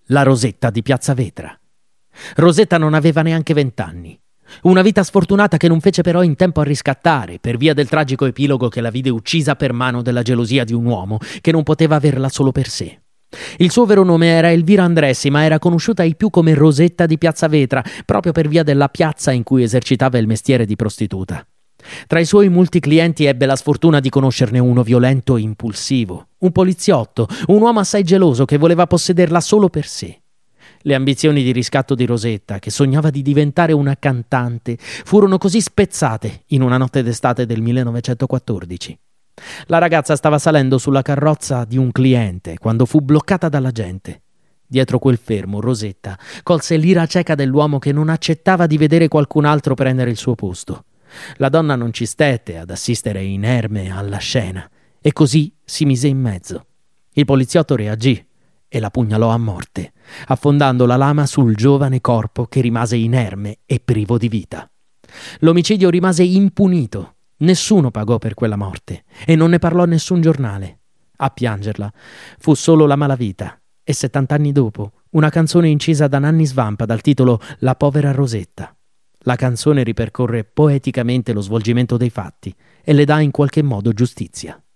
la Rosetta di Piazza Vetra. Rosetta non aveva neanche 20 anni. Una vita sfortunata che non fece però in tempo a riscattare, per via del tragico epilogo che la vide uccisa per mano della gelosia di un uomo che non poteva averla solo per sé. Il suo vero nome era Elvira Andressi, ma era conosciuta ai più come Rosetta di Piazza Vetra, proprio per via della piazza in cui esercitava il mestiere di prostituta. Tra i suoi molti clienti ebbe la sfortuna di conoscerne uno violento e impulsivo, un poliziotto, un uomo assai geloso che voleva possederla solo per sé. Le ambizioni di riscatto di Rosetta, che sognava di diventare una cantante, furono così spezzate in una notte d'estate del 1914. La ragazza stava salendo sulla carrozza di un cliente quando fu bloccata dalla gente. Dietro quel fermo, Rosetta colse l'ira cieca dell'uomo che non accettava di vedere qualcun altro prendere il suo posto. La donna non ci stette ad assistere inerme alla scena e così si mise in mezzo. Il poliziotto reagì e la pugnalò a morte, affondando la lama sul giovane corpo che rimase inerme e privo di vita. L'omicidio rimase impunito. Nessuno pagò per quella morte e non ne parlò nessun giornale. A piangerla fu solo la malavita e 70 anni dopo una canzone incisa da Nanni Svampa dal titolo La povera Rosetta. La canzone ripercorre poeticamente lo svolgimento dei fatti e le dà in qualche modo giustizia.